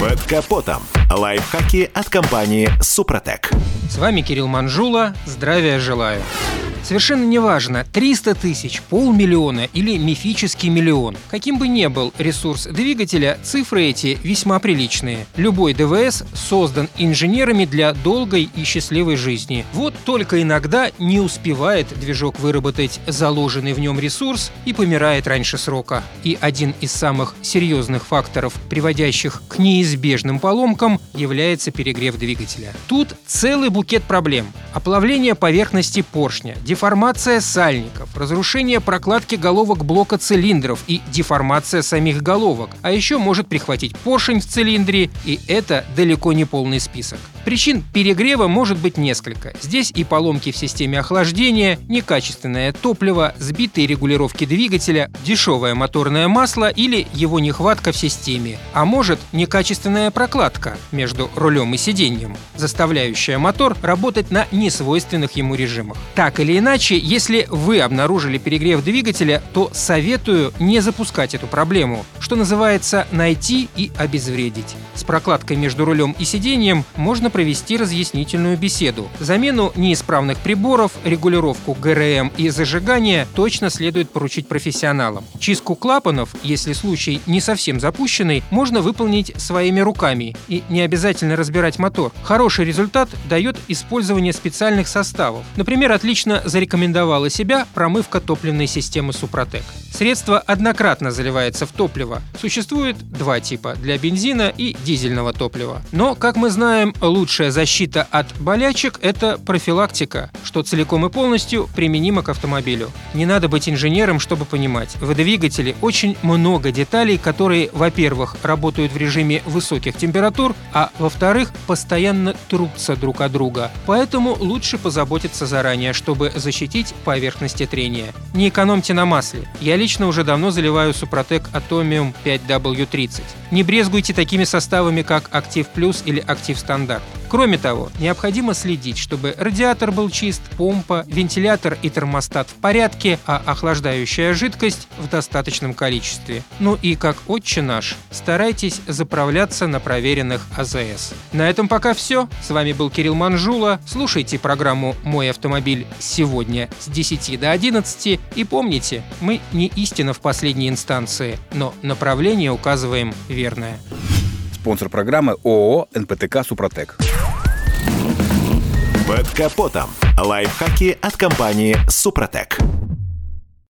Под капотом. Лайфхаки от компании «Супротек». С вами Кирилл Манжула. Здравия желаю. Совершенно неважно, 300 тысяч, 500 000 или мифический миллион. Каким бы ни был ресурс двигателя, цифры эти весьма приличные. Любой ДВС создан инженерами для долгой и счастливой жизни. Вот только иногда не успевает движок выработать заложенный в нем ресурс и помирает раньше срока. И один из самых серьезных факторов, приводящих к неизбежным поломкам, является перегрев двигателя. Тут целый букет проблем. Оплавление поверхности поршня, деформация сальников, разрушение прокладки головок блока цилиндров и деформация самих головок. А еще может прихватить поршень в цилиндре, и это далеко не полный список. Причин перегрева может быть несколько. Здесь и поломки в системе охлаждения, некачественное топливо, сбитые регулировки двигателя, дешевое моторное масло или его нехватка в системе. А может, некачественная прокладка между рулем и сиденьем, заставляющая мотор работать на несвойственных ему режимах. Так или иначе, если вы обнаружили перегрев двигателя, то советую не запускать эту проблему, что называется найти и обезвредить. С прокладкой между рулем и сиденьем можно провести разъяснительную беседу. Замену неисправных приборов, регулировку ГРМ и зажигание точно следует поручить профессионалам. Чистку клапанов, если случай не совсем запущенный, можно выполнить своими руками и не обязательно разбирать мотор. Хороший результат дает использование специальных составов. Например, отлично зарекомендовала себя промывка топливной системы «Супротек». Средство однократно заливается в топливо. Существует два типа – для бензина и дизельного топлива. Но, как мы знаем, лучшая защита от болячек – это профилактика, что целиком и полностью применимо к автомобилю. Не надо быть инженером, чтобы понимать, в двигателе очень много деталей, которые, во-первых, работают в режиме высоких температур, а во-вторых, постоянно трутся друг от друга. Поэтому лучше позаботиться заранее, чтобы защитить поверхности трения. Не экономьте на масле. Я лично уже давно заливаю Супротек Atomium 5W30. Не брезгуйте такими составами, как Актив Плюс или Актив Стандарт. Кроме того, необходимо следить, чтобы радиатор был чист, помпа, вентилятор и термостат в порядке, а охлаждающая жидкость в достаточном количестве. Ну и, как отче наш, старайтесь заправляться на проверенных АЗС. На этом пока все. С вами был Кирилл Манжула. Слушайте программу «Мой автомобиль» сегодня с 10 до 11. И помните, мы не истина в последней инстанции, но направление указываем верное. Спонсор программы ООО «НПТК Супротек». Под капотом. Лайфхаки от компании «Супротек».